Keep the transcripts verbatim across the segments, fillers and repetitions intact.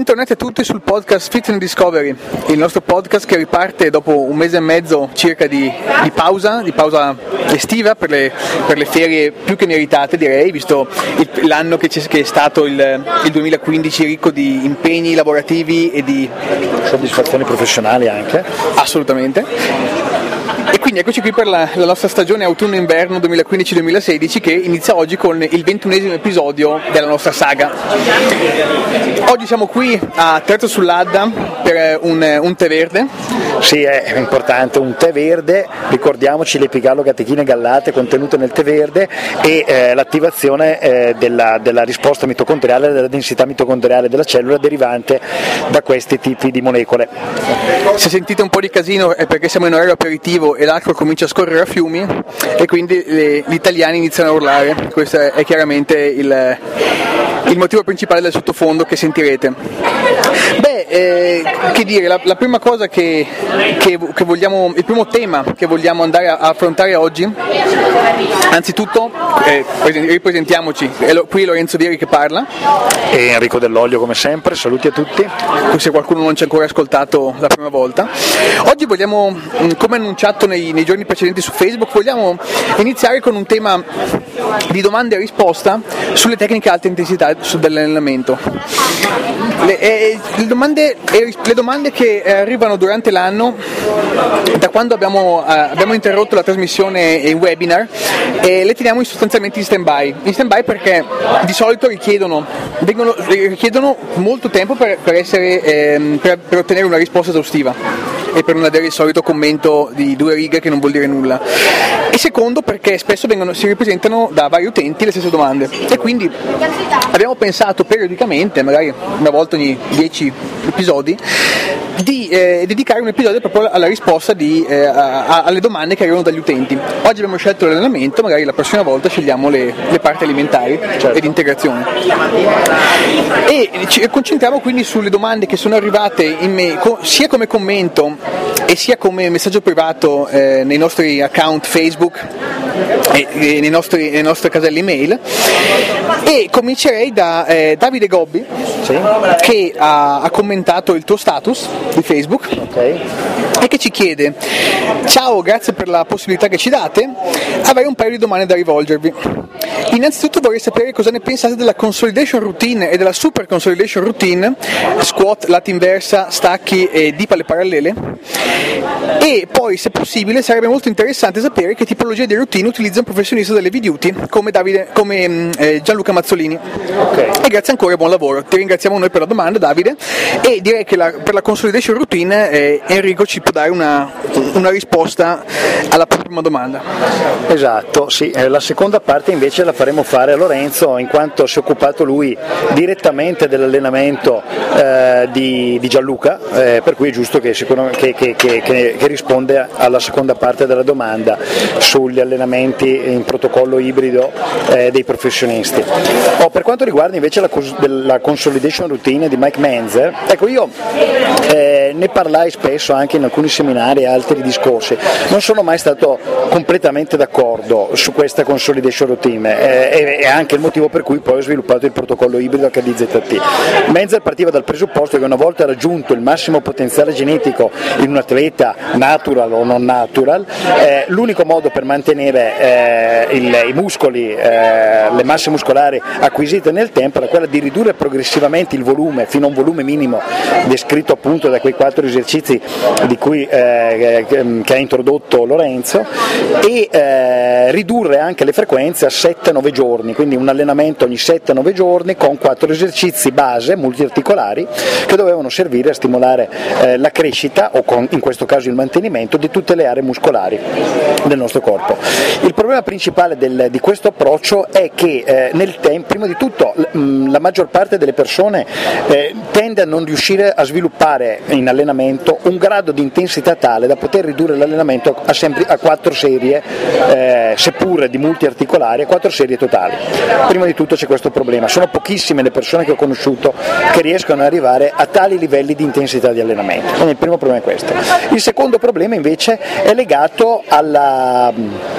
Bentornati a tutti sul podcast Fitness Discovery, il nostro podcast che riparte dopo un mese e mezzo circa di, di pausa, di pausa estiva per le, per le ferie più che meritate, direi, visto il, l'anno che, c'è, che è stato il, il duemilaquindici ricco di impegni lavorativi e di soddisfazioni professionali anche. Assolutamente. E quindi eccoci qui per la, la nostra stagione autunno-inverno duemilaquindici duemilasedici che inizia oggi con il ventunesimo episodio della nostra saga. Oggi siamo qui a Terzo sull'Adda per un, un tè verde. Sì, è importante, un tè verde, ricordiamoci l'epigallocatechine gallate contenute nel tè verde e eh, l'attivazione eh, della, della risposta mitocondriale, della densità mitocondriale della cellula derivante da questi tipi di molecole. Se sentite un po' di casino è perché siamo in orario aperitivo e l'acqua comincia a scorrere a fiumi e quindi le, gli italiani iniziano a urlare. Questo è, è chiaramente il, il motivo principale del sottofondo che sentirete. Beh, eh, che dire, la, la prima cosa che, che, che vogliamo, il primo tema che vogliamo andare a, a affrontare oggi, anzitutto eh, ripresentiamoci, è lo, qui Lorenzo Vieri che parla e Enrico Dell'Olio come sempre, saluti a tutti, se qualcuno non ci ha ancora ascoltato la prima volta. Oggi vogliamo, come annunciato nei, nei giorni precedenti su Facebook, vogliamo iniziare con un tema di domande e risposta sulle tecniche a alta intensità dell'allenamento. Le, eh, le, domande, eh, le domande che eh, arrivano durante l'anno, da quando abbiamo, eh, abbiamo interrotto la trasmissione in webinar, eh, le teniamo sostanzialmente in stand-by. In stand-by perché di solito richiedono, vengono, richiedono molto tempo per, per, essere, eh, per, per ottenere una risposta esaustiva e per non avere il solito commento di due righe che non vuol dire nulla, e secondo perché spesso vengono, si ripresentano da vari utenti le stesse domande, e quindi abbiamo pensato periodicamente, magari una volta ogni dieci episodi, di eh, dedicare un episodio proprio alla risposta di, eh, a, a, alle domande che arrivano dagli utenti. Oggi abbiamo scelto l'allenamento, magari la prossima volta scegliamo le, le parti alimentari, certo, ed integrazione, e ci concentriamo quindi sulle domande che sono arrivate in me, sia come commento e sia come messaggio privato eh, nei nostri account Facebook e, e nei nostri, nelle nostre caselle email. E comincerei da eh, Davide Gobbi, sì, che ha, ha commentato il tuo status di Facebook, okay, e che ci chiede: ciao, grazie per la possibilità che ci date, avrei un paio di domande da rivolgervi. Innanzitutto vorrei sapere cosa ne pensate della consolidation routine e della super consolidation routine, squat, lata inversa, stacchi e dip alle parallele, e poi, se possibile, sarebbe molto interessante sapere che tipologia di routine utilizza un professionista dell'heavy duty come, Davide, come eh, Gianluca Mazzolini. Okay. E grazie ancora e buon lavoro. Ti ringraziamo noi per la domanda, Davide, e direi che la, per la consolidation routine eh, Enrico ci può dare una, una risposta alla prima domanda. Esatto, sì. La seconda parte invece la faremo fare a Lorenzo, in quanto si è occupato lui direttamente dell'allenamento eh, di, di Gianluca, eh, per cui è giusto che, che, che, che, che risponde alla seconda parte della domanda sugli allenamenti in protocollo ibrido eh, dei professionisti. Oh, per quanto riguarda invece la, la consolidation routine di Mike Menzer, ecco, io eh, ne parlai spesso anche in alcuni seminari e altri discorsi. Non sono mai stato completamente d'accordo su questa consolidation routine, eh, è anche il motivo per cui poi ho sviluppato il protocollo ibrido acca di zeta ti. Menzer partiva dal presupposto che una volta raggiunto il massimo potenziale genetico in un atleta natural o non natural, eh, l'unico modo per mantenere eh, il, i muscoli, eh, le masse muscolari acquisite nel tempo era quella di ridurre progressivamente il volume fino a un volume minimo descritto appunto da quei quattro esercizi di cui, eh, che ha introdotto Lorenzo, e eh, ridurre anche le frequenze a sette nove giorni, quindi un allenamento ogni sette nove giorni con quattro esercizi base multiarticolari che dovevano servire a stimolare eh, la crescita, o con, in questo caso il mantenimento, di tutte le aree muscolari del nostro corpo. Il problema principale del, di questo approccio è che eh, nel tempo, prima di tutto, l- la maggior parte delle persone eh, tende a non riuscire a sviluppare in allenamento un grado di intensità tale da poter ridurre l'allenamento a, sempre, a quattro serie, eh, seppur di multiarticolari, a quattro serie totali. Prima di tutto c'è questo problema, sono pochissime le persone che ho conosciuto che riescono ad arrivare a tali livelli di intensità di allenamento. Quindi il primo problema è questo. Il secondo problema invece è legato alla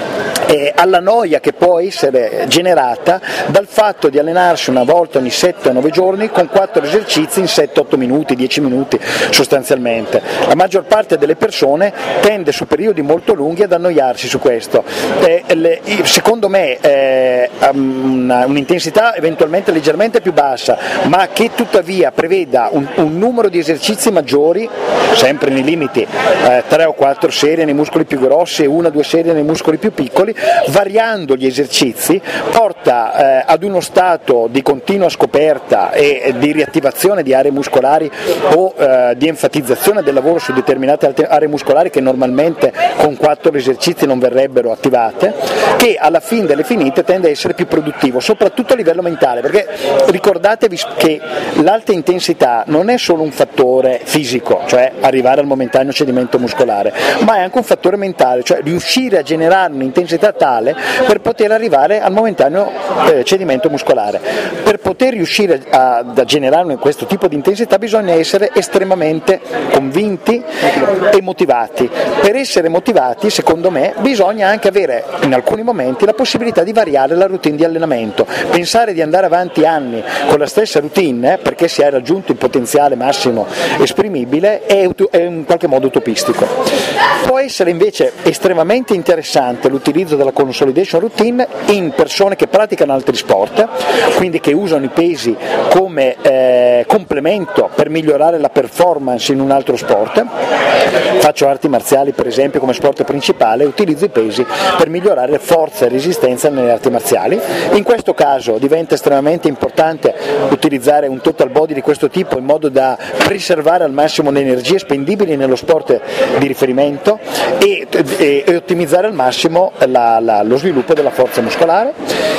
eh, alla noia che può essere generata dal fatto di allenarsi una volta ogni sette nove giorni con quattro esercizi in sette otto minuti, dieci minuti sostanzialmente. La maggior parte delle persone tende su periodi molto lunghi ad annoiarsi su questo. Eh, le, secondo me eh, una, un'intensità eventualmente leggermente più bassa, ma che tuttavia preveda un, un numero di esercizi maggiori, sempre nei limiti eh, tre o quattro serie nei muscoli più grossi e una o due serie nei muscoli più piccoli, variando gli esercizi, porta eh, ad uno stato di continua scoperta e eh, di riattivazione di aree muscolari o eh, di enfatizzazione del lavoro su determinate aree muscolari che normalmente con quattro esercizi non verrebbero attivate, che alla fine delle finite tende a essere più produttivo, soprattutto a livello mentale, perché ricordatevi che l'alta intensità non è solo un fattore fisico, cioè arrivare al momentaneo cedimento muscolare, ma è anche un fattore mentale, cioè riuscire a generare un'intensità tale per poter arrivare al momentaneo eh, cedimento muscolare. Per poter riuscire a, a generare questo tipo di intensità bisogna essere estremamente convinti e motivati. Per essere motivati, secondo me, bisogna anche avere in alcuni momenti la possibilità di variare la routine di allenamento. Pensare di andare avanti anni con la stessa routine, eh, perché si è raggiunto il potenziale massimo esprimibile, è, è in qualche modo utopistico. Può essere invece estremamente interessante l'utilizzo della consolidation routine in persone che praticano altri sport, quindi che usano i pesi come eh, complemento per migliorare la performance in un altro sport. Faccio arti marziali per esempio come sport principale, utilizzo i pesi per migliorare forza e resistenza nelle arti marziali. In questo caso diventa estremamente importante utilizzare un total body di questo tipo in modo da preservare al massimo le energie spendibili nello sport di riferimento e, e, e ottimizzare al massimo la, la, lo sviluppo della forza muscolare,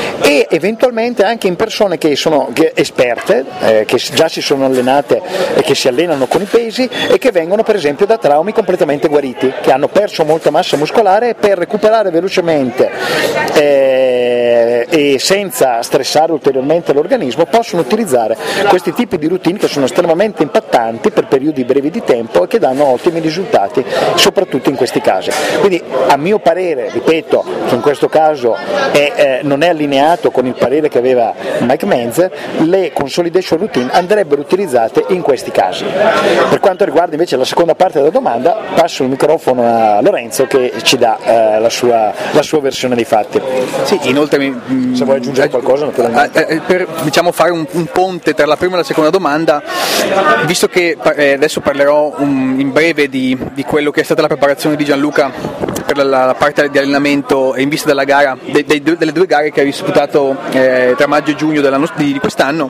e eventualmente anche in persone che sono che esperte, eh, che già si sono allenate e che si allenano con i pesi e che vengono per esempio da traumi completamente guariti, che hanno perso molta massa muscolare e per recuperare velocemente eh, e senza stressare ulteriormente l'organismo possono utilizzare questi tipi di routine che sono estremamente impattanti per periodi brevi di tempo e che danno ottimi risultati soprattutto in questi casi. Quindi a mio parere, ripeto, che in questo caso è, eh, non è allineato con il parere che aveva Mike Menzer, le consolidation routine andrebbero utilizzate in questi casi. Per quanto riguarda invece la seconda parte della domanda, passo il microfono a Lorenzo che ci dà eh, la, sua, la sua versione dei fatti. Sì, inoltre mh, se vuoi aggiungere qualcosa naturalmente. Eh, per diciamo fare un, un ponte tra la prima e la seconda domanda, visto che eh, adesso parlerò um, in breve di, di quello che è stata la preparazione di Gianluca per la, la parte di allenamento e in vista della gara, de, de, de, delle due gare che ha disputato eh, tra maggio e giugno dell'anno, di, di quest'anno,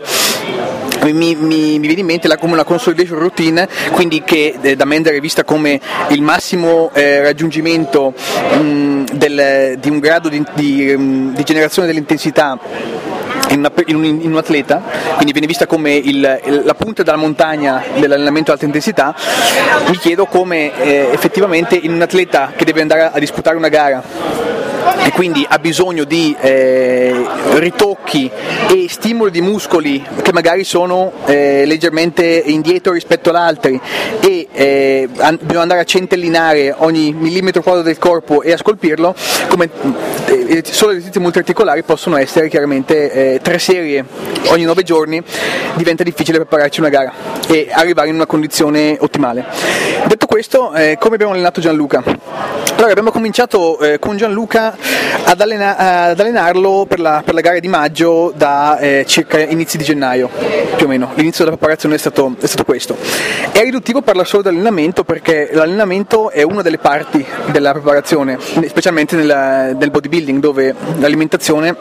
mi, mi, mi viene in mente la, come una consolidation routine, quindi che eh, da Menzer è vista come il massimo eh, raggiungimento mh, del, di un grado di, di, mh, di generazione dell'intensità in, una, in, un, in un atleta, quindi viene vista come il, il, la punta della montagna dell'allenamento ad alta intensità. Mi chiedo come eh, effettivamente in un atleta che deve andare a disputare una gara e quindi ha bisogno di eh, ritocchi e stimoli di muscoli che magari sono eh, leggermente indietro rispetto ad altri e eh, bisogna andare a centellinare ogni millimetro quadro del corpo e a scolpirlo, come eh, solo gli esercizi multiarticolari possono essere chiaramente eh, tre serie ogni nove giorni, diventa difficile prepararci una gara e arrivare in una condizione ottimale. Detto questo, eh, come abbiamo allenato Gianluca? Allora, abbiamo cominciato eh, con Gianluca ad, allena- ad allenarlo per la, per la gara di maggio da eh, circa inizi di gennaio, più o meno. L'inizio della preparazione è stato, è stato questo. È riduttivo parlare solo dell'allenamento perché l'allenamento è una delle parti della preparazione, specialmente nel, nel bodybuilding, dove l'alimentazione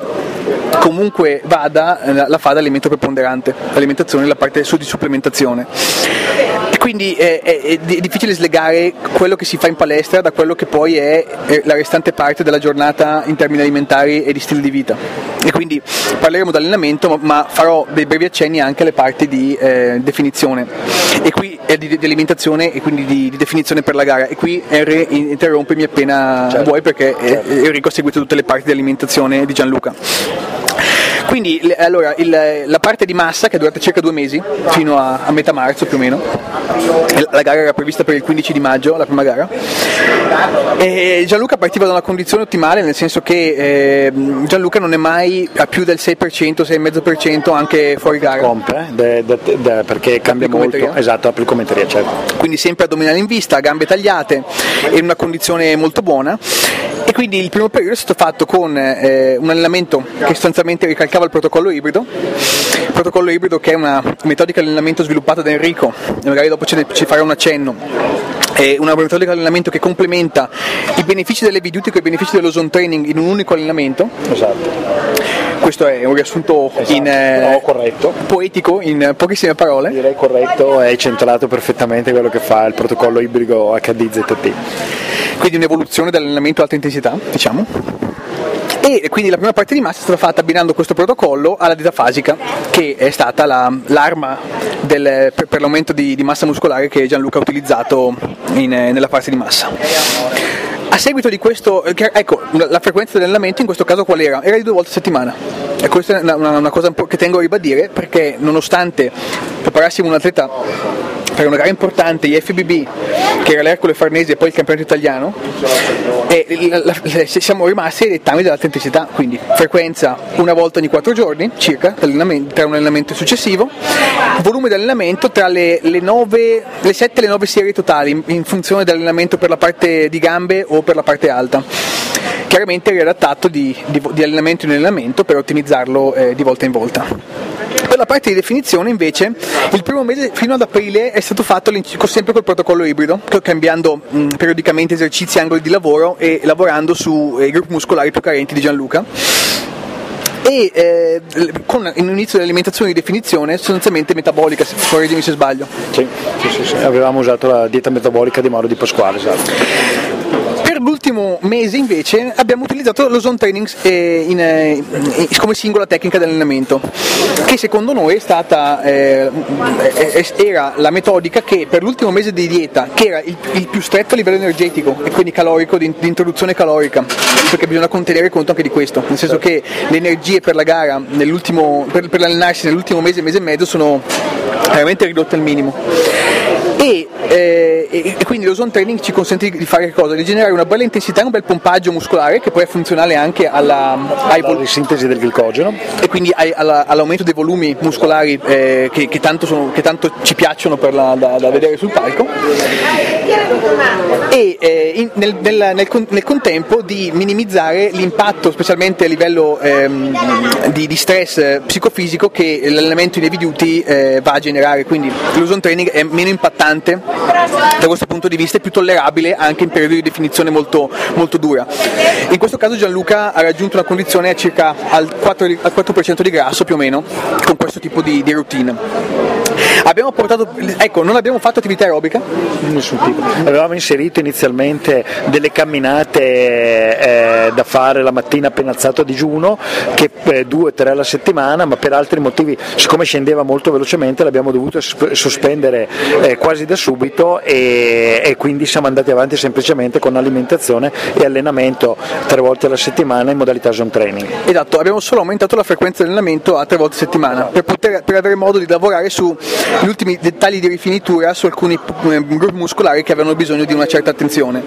comunque vada, la fa da elemento preponderante, l'alimentazione è la parte su di supplementazione. E quindi è, è, è difficile slegare quello che si fa in palestra da quello che poi è, è la restante parte della giornata in termini alimentari e di stile di vita. E quindi parleremo di allenamento, ma farò dei brevi accenni anche alle parti di eh, definizione e qui è di, di alimentazione e quindi di, di definizione per la gara. E qui Henry, interrompimi appena certo. vuoi, perché certo. Enrico ha seguito tutte le parti di alimentazione di Gianluca. Quindi allora, il, la parte di massa, che è durata circa due mesi, fino a, a metà marzo più o meno, la gara era prevista per il quindici di maggio, la prima gara, e Gianluca partiva da una condizione ottimale, nel senso che eh, Gianluca non è mai a più del sei per cento, sei virgola cinque per cento anche fuori gara. Comp, eh? de, de, de, perché cambia molto. Esatto, la plicometria, certo. Quindi sempre addominale in vista, gambe tagliate, in una condizione molto buona. E quindi il primo periodo è stato fatto con eh, un allenamento che sostanzialmente ricalcava il protocollo ibrido, il protocollo ibrido che è una metodica di allenamento sviluppata da Enrico, e magari dopo ci, ci farà un accenno. È una metodica di allenamento che complementa i benefici dell'heavy duty con i benefici dello zone training in un unico allenamento. Esatto. Questo è un riassunto esatto. in, eh, no, corretto. poetico, in pochissime parole. Direi corretto, è centrato perfettamente quello che fa il protocollo ibrido H D Z T. Quindi un'evoluzione dell'allenamento ad alta intensità, diciamo. E quindi la prima parte di massa è stata fatta abbinando questo protocollo alla dieta fasica, che è stata la, l'arma del, per, per l'aumento di, di massa muscolare che Gianluca ha utilizzato in, nella parte di massa. A seguito di questo, ecco, la frequenza dell'allenamento in questo caso qual era? Era di due volte a settimana. E questa è una, una cosa che tengo a ribadire, perché nonostante preparassimo un atleta per una gara importante, gli F B B, che era l'Ercole Farnese e poi il campionato italiano, e la, la, la, siamo rimasti ai dettami dell'alta intensità, quindi frequenza una volta ogni quattro giorni circa tra un allenamento successivo, volume di allenamento tra le, le, nove, le sette e le nove serie totali in, in funzione dell'allenamento per la parte di gambe o per la parte alta, chiaramente riadattato di, di, di allenamento in allenamento per ottimizzarlo eh, di volta in volta. Per la parte di definizione invece il primo mese fino ad aprile è stato fatto sempre col protocollo ibrido, cambiando mh, periodicamente esercizi e angoli di lavoro e lavorando sui eh, gruppi muscolari più carenti di Gianluca, e eh, con un inizio dell'alimentazione di definizione sostanzialmente metabolica, correggimi se sbaglio. Sì, sì, sì, sì. Avevamo usato la dieta metabolica di Mauro Di Pasquale, esatto. Per l'ultimo mese invece abbiamo utilizzato lo zone training eh, in, eh, come singola tecnica di allenamento, che secondo noi è stata eh, era la metodica che per l'ultimo mese di dieta, che era il, il più stretto a livello energetico e quindi calorico, di, di introduzione calorica, perché bisogna tenere conto anche di questo, nel senso che le energie per la gara nell'ultimo, per, per allenarsi nell'ultimo mese, mese e mezzo sono veramente ridotte al minimo. E, eh, e quindi lo zone training ci consente di fare che cosa? Di generare una bella intensità e un bel pompaggio muscolare che poi è funzionale anche alla, alla vol- risintesi del glicogeno e quindi ai, alla, all'aumento dei volumi muscolari eh, che, che, tanto sono, che tanto ci piacciono per la, da, da vedere sul palco, e eh, in, nel, nel, nel, nel contempo di minimizzare l'impatto, specialmente a livello ehm, di, di stress psicofisico, che l'allenamento in heavy duty eh, va a generare. Quindi lo zone training è meno impattante da questo punto di vista, è più tollerabile anche in periodi di definizione molto, molto dura. In questo caso Gianluca ha raggiunto una condizione a circa al quattro, al quattro per cento di grasso più o meno con questo tipo di, di routine. Abbiamo portato, ecco, non abbiamo fatto attività aerobica, nessun tipo. Avevamo inserito inizialmente delle camminate eh, da fare la mattina appena alzato a digiuno, che eh, due o tre alla settimana, ma per altri motivi, siccome scendeva molto velocemente, l'abbiamo dovuto sospendere eh, quasi da subito, e, e quindi siamo andati avanti semplicemente con alimentazione e allenamento tre volte alla settimana in modalità zone training. Esatto, abbiamo solo aumentato la frequenza di allenamento a tre volte a settimana per, poter, per avere modo di lavorare su gli ultimi dettagli di rifinitura su alcuni gruppi muscolari che avevano bisogno di una certa attenzione.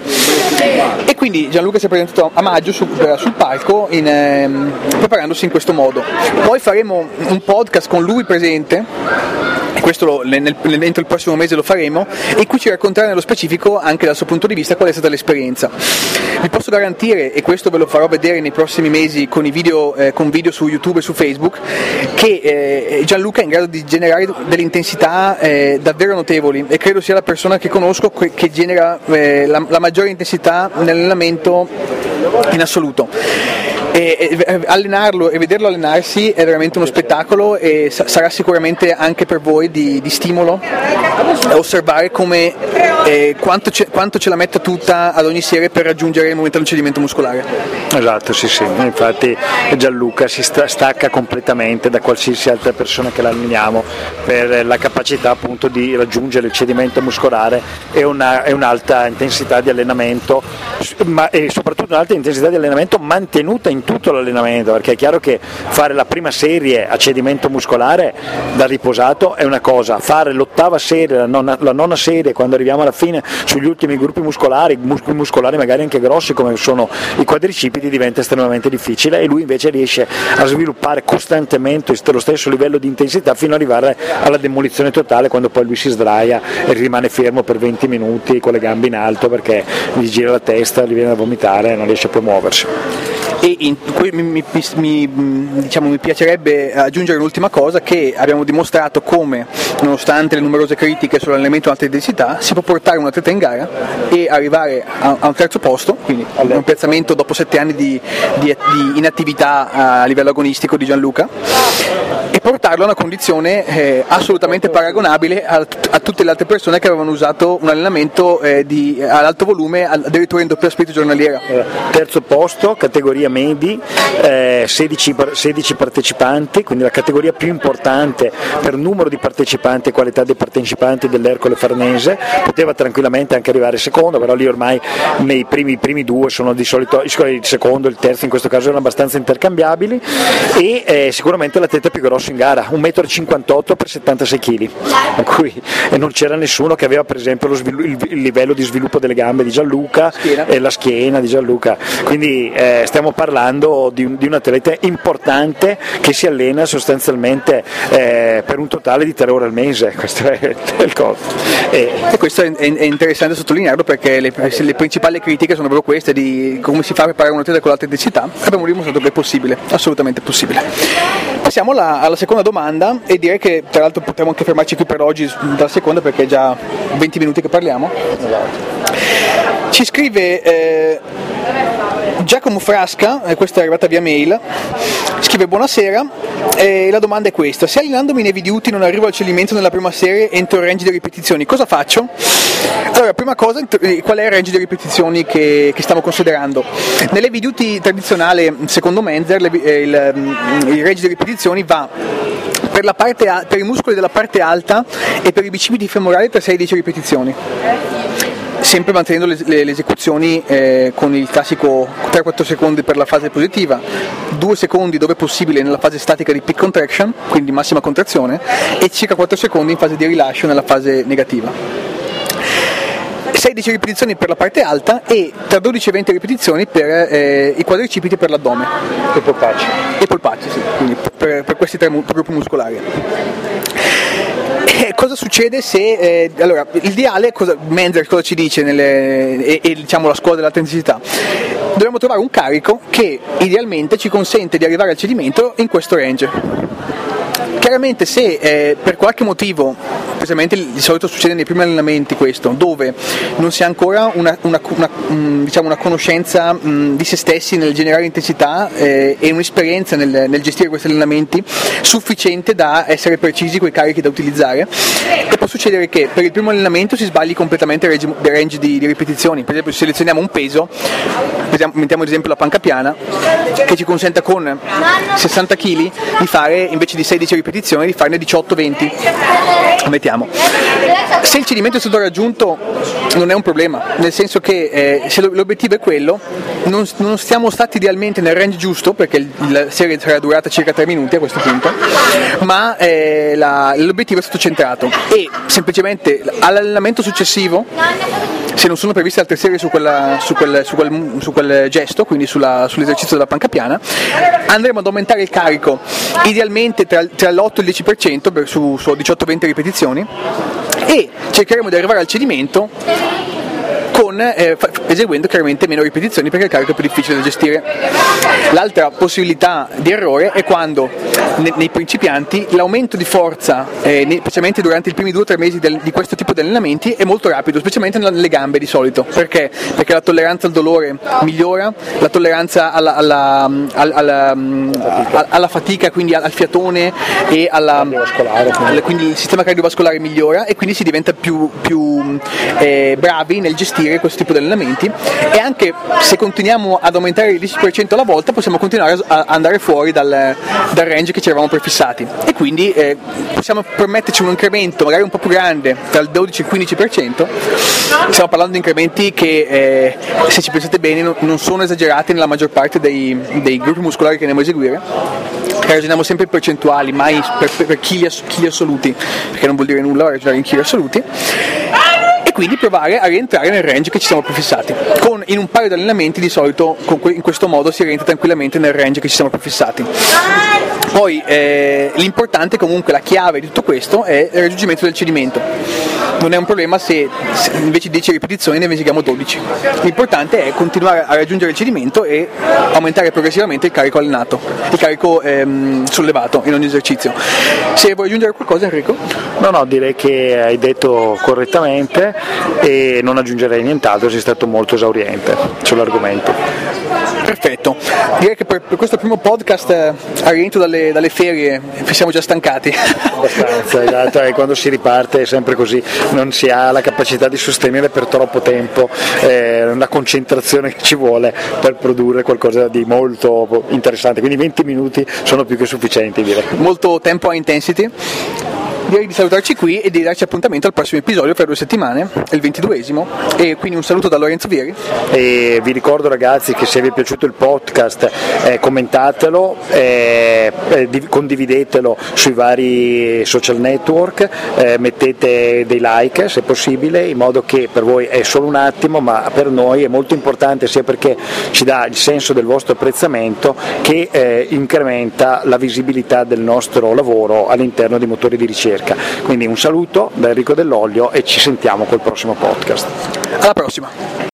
E quindi Gianluca si è presentato a maggio su, sul palco in, ehm, preparandosi in questo modo. Poi faremo un podcast con lui presente, e questo lo, nel, nel, entro il prossimo mese lo faremo, in cui ci racconterà nello specifico anche dal suo punto di vista qual è stata l'esperienza. Vi posso garantire, e questo ve lo farò vedere nei prossimi mesi con i video, eh, con video su YouTube e su Facebook, che eh, Gianluca è in grado di generare delle intensità eh, davvero notevoli, e credo sia la persona che conosco che, che genera eh, la, la maggiore intensità nell'allenamento in assoluto. E, e, allenarlo e vederlo allenarsi è veramente uno spettacolo, e sa- sarà sicuramente anche per voi di, di stimolo osservare come eh, quanto, ce, quanto ce la metta tutta ad ogni serie per raggiungere il momento dell'incidimento muscolare. Esatto, sì sì, infatti Gianluca si sta- stacca completamente da qualsiasi altra persona che l'alleniamo per la capacità appunto di raggiungere il cedimento muscolare e, una, e un'alta intensità di allenamento, ma e soprattutto un'alta intensità di allenamento mantenuta in tutto l'allenamento, perché è chiaro che fare la prima serie a cedimento muscolare da riposato è una cosa, fare l'ottava serie, la nona, la nona serie quando arriviamo alla fine sugli ultimi gruppi muscolari, muscoli muscolari magari anche grossi come sono i quadricipiti, diventa estremamente difficile, e lui invece riesce a sviluppare costantemente lo stesso livello di intensità fino ad arrivare alla demolizione totale, quando poi lui si sdraia e rimane fermo per venti minuti con le gambe in alto perché gli gira la testa, gli viene da vomitare e non riesce più a muoversi. E in, mi, mi, mi, diciamo, mi piacerebbe aggiungere un'ultima cosa, che abbiamo dimostrato come, nonostante le numerose critiche sull'allenamento ad alta intensità, si può portare un atleta in gara e arrivare a, a un terzo posto, quindi un piazzamento dopo sette anni di, di, di inattività a livello agonistico di Gianluca, e portarlo a una condizione eh, assolutamente paragonabile a, a tutte le altre persone che avevano usato un allenamento eh, di, ad alto volume, addirittura in doppia split giornaliera. Terzo posto, categoria medi, eh, sedici, sedici partecipanti, quindi la categoria più importante per numero di partecipanti e qualità dei partecipanti dell'Ercole Farnese. Poteva tranquillamente anche arrivare secondo, però lì ormai nei primi, i primi due sono di solito, il secondo e il terzo in questo caso erano abbastanza intercambiabili, e eh, sicuramente l'atleta più grosso in gara, un metro e cinquantotto per settantasei chili, in cui e non c'era nessuno che aveva per esempio lo svilu- il, il livello di sviluppo delle gambe di Gianluca schiena. e la schiena di Gianluca, quindi eh, stiamo parlando di un, di un atleta importante che si allena sostanzialmente eh, per un totale di tre ore al mese. Questo è, è il costo. E, e questo è, è interessante sottolinearlo, perché le, le principali critiche sono proprio queste di come si fa a preparare un atleta con l'alta intensità. Abbiamo dimostrato che è possibile, assolutamente possibile. Passiamo alla, alla seconda domanda, e direi che tra l'altro potremmo anche fermarci qui per oggi dalla seconda, perché è già venti minuti che parliamo. Ci scrive eh, Giacomo Frasca, e questa è arrivata via mail, scrive: buonasera, e la domanda è questa: se allenandomi nei V D U T non arrivo al cedimento nella prima serie entro il range di ripetizioni, cosa faccio? Allora, prima cosa, qual è il range di ripetizioni che, che stiamo considerando? Nelle V D U T tradizionale, secondo Menzer, il, il, il range di ripetizioni va per, la parte, per i muscoli della parte alta e per i bicipiti femorali tra sei e dieci ripetizioni, sempre mantenendo le, le, le esecuzioni eh, con il classico tre quattro secondi per la fase positiva, due secondi dove possibile nella fase statica di peak contraction, quindi massima contrazione, e circa quattro secondi in fase di rilascio nella fase negativa. sei dieci ripetizioni per la parte alta e tra dodici e venti ripetizioni per eh, i quadricipiti, per l'addome e polpacci, e polpacci sì, quindi per, per questi tre gruppi muscolari. Eh, cosa succede se eh, allora l'ideale, cosa, Menzer cosa ci dice nelle, e, e diciamo la scuola dell'alta intensità? Dobbiamo trovare un carico che idealmente ci consente di arrivare al cedimento in questo range. Chiaramente se eh, per qualche motivo, specialmente di solito succede nei primi allenamenti questo, dove non si ha ancora una, una, una, diciamo una conoscenza mh, di se stessi nel generare intensità eh, e un'esperienza nel, nel gestire questi allenamenti sufficiente da essere precisi con i carichi da utilizzare, e può succedere che per il primo allenamento si sbagli completamente il range, il range di, di ripetizioni. Per esempio, selezioniamo un peso, mettiamo ad esempio la panca piana, che ci consenta con sessanta chili di fare, invece di sedici ripetizioni, di farne diciotto venti, mettiamo. Se il cedimento è stato raggiunto non è un problema, nel senso che eh, se l'obiettivo è quello, non, non siamo stati idealmente nel range giusto, perché la serie sarà durata circa tre minuti a questo punto, ma eh, la, l'obiettivo è stato centrato, e semplicemente all'allenamento successivo, se non sono previste altre serie su, quella, su, quel, su, quel, su quel gesto, quindi sulla, sull'esercizio della panca piana, andremo ad aumentare il carico idealmente tra, tra l'otto e il dieci per cento per, su, su diciotto venti ripetizioni, e cercheremo di arrivare al cedimento con, eh, eseguendo chiaramente meno ripetizioni, perché il carico è più difficile da gestire. L'altra possibilità di errore è quando ne, nei principianti l'aumento di forza, eh, nei, specialmente durante i primi due o tre mesi del, di questo tipo di allenamenti, è molto rapido, specialmente nelle gambe di solito. Perché? Perché la tolleranza al dolore migliora, la tolleranza alla, alla, alla, alla, alla, alla fatica, quindi al fiatone e alla, alla, quindi il sistema cardiovascolare migliora, e quindi si diventa più, più eh, bravi nel gestire questo tipo di allenamenti, e anche se continuiamo ad aumentare il dieci per cento alla volta possiamo continuare a andare fuori dal, dal range che ci eravamo prefissati, e quindi eh, possiamo permetterci un incremento magari un po' più grande, tra il dodici e il quindici per cento. Stiamo parlando di incrementi che eh, se ci pensate bene non sono esagerati nella maggior parte dei, dei gruppi muscolari che andiamo a eseguire. Ragioniamo sempre in percentuali, mai per, per chili, chili assoluti, perché non vuol dire nulla ragionare in chili assoluti, e quindi provare a rientrare nel range che ci siamo prefissati. Con, in un paio di allenamenti di solito con, in questo modo si rientra tranquillamente nel range che ci siamo prefissati. Poi eh, l'importante comunque, la chiave di tutto questo è il raggiungimento del cedimento. Non è un problema se, se invece di dieci ripetizioni ne eseguiamo dodici. L'importante è continuare a raggiungere il cedimento e aumentare progressivamente il carico allenato, il carico ehm, sollevato in ogni esercizio. Se vuoi aggiungere qualcosa, Enrico? No, no, direi che hai detto correttamente e non aggiungerei nient'altro, sei stato molto esauriente sull'argomento. Perfetto, direi che per, per questo primo podcast eh, a rientro dalle, dalle ferie siamo già stancati. Abbastanza, esatto, e quando si riparte è sempre così, non si ha la capacità di sostenere per troppo tempo eh, la concentrazione che ci vuole per produrre qualcosa di molto interessante, quindi venti minuti sono più che sufficienti, direi. Molto tempo a intensity. Direi di salutarci qui e di darci appuntamento al prossimo episodio fra due settimane, il ventiduesimo, e quindi un saluto da Lorenzo Vieri. E vi ricordo ragazzi che se vi è piaciuto il podcast eh, commentatelo, eh, eh, condividetelo sui vari social network, eh, mettete dei like se possibile, in modo che per voi è solo un attimo ma per noi è molto importante, sia perché ci dà il senso del vostro apprezzamento che eh, incrementa la visibilità del nostro lavoro all'interno di motori di ricerca. Quindi un saluto da Enrico Dell'Olio e ci sentiamo col prossimo podcast. Alla prossima!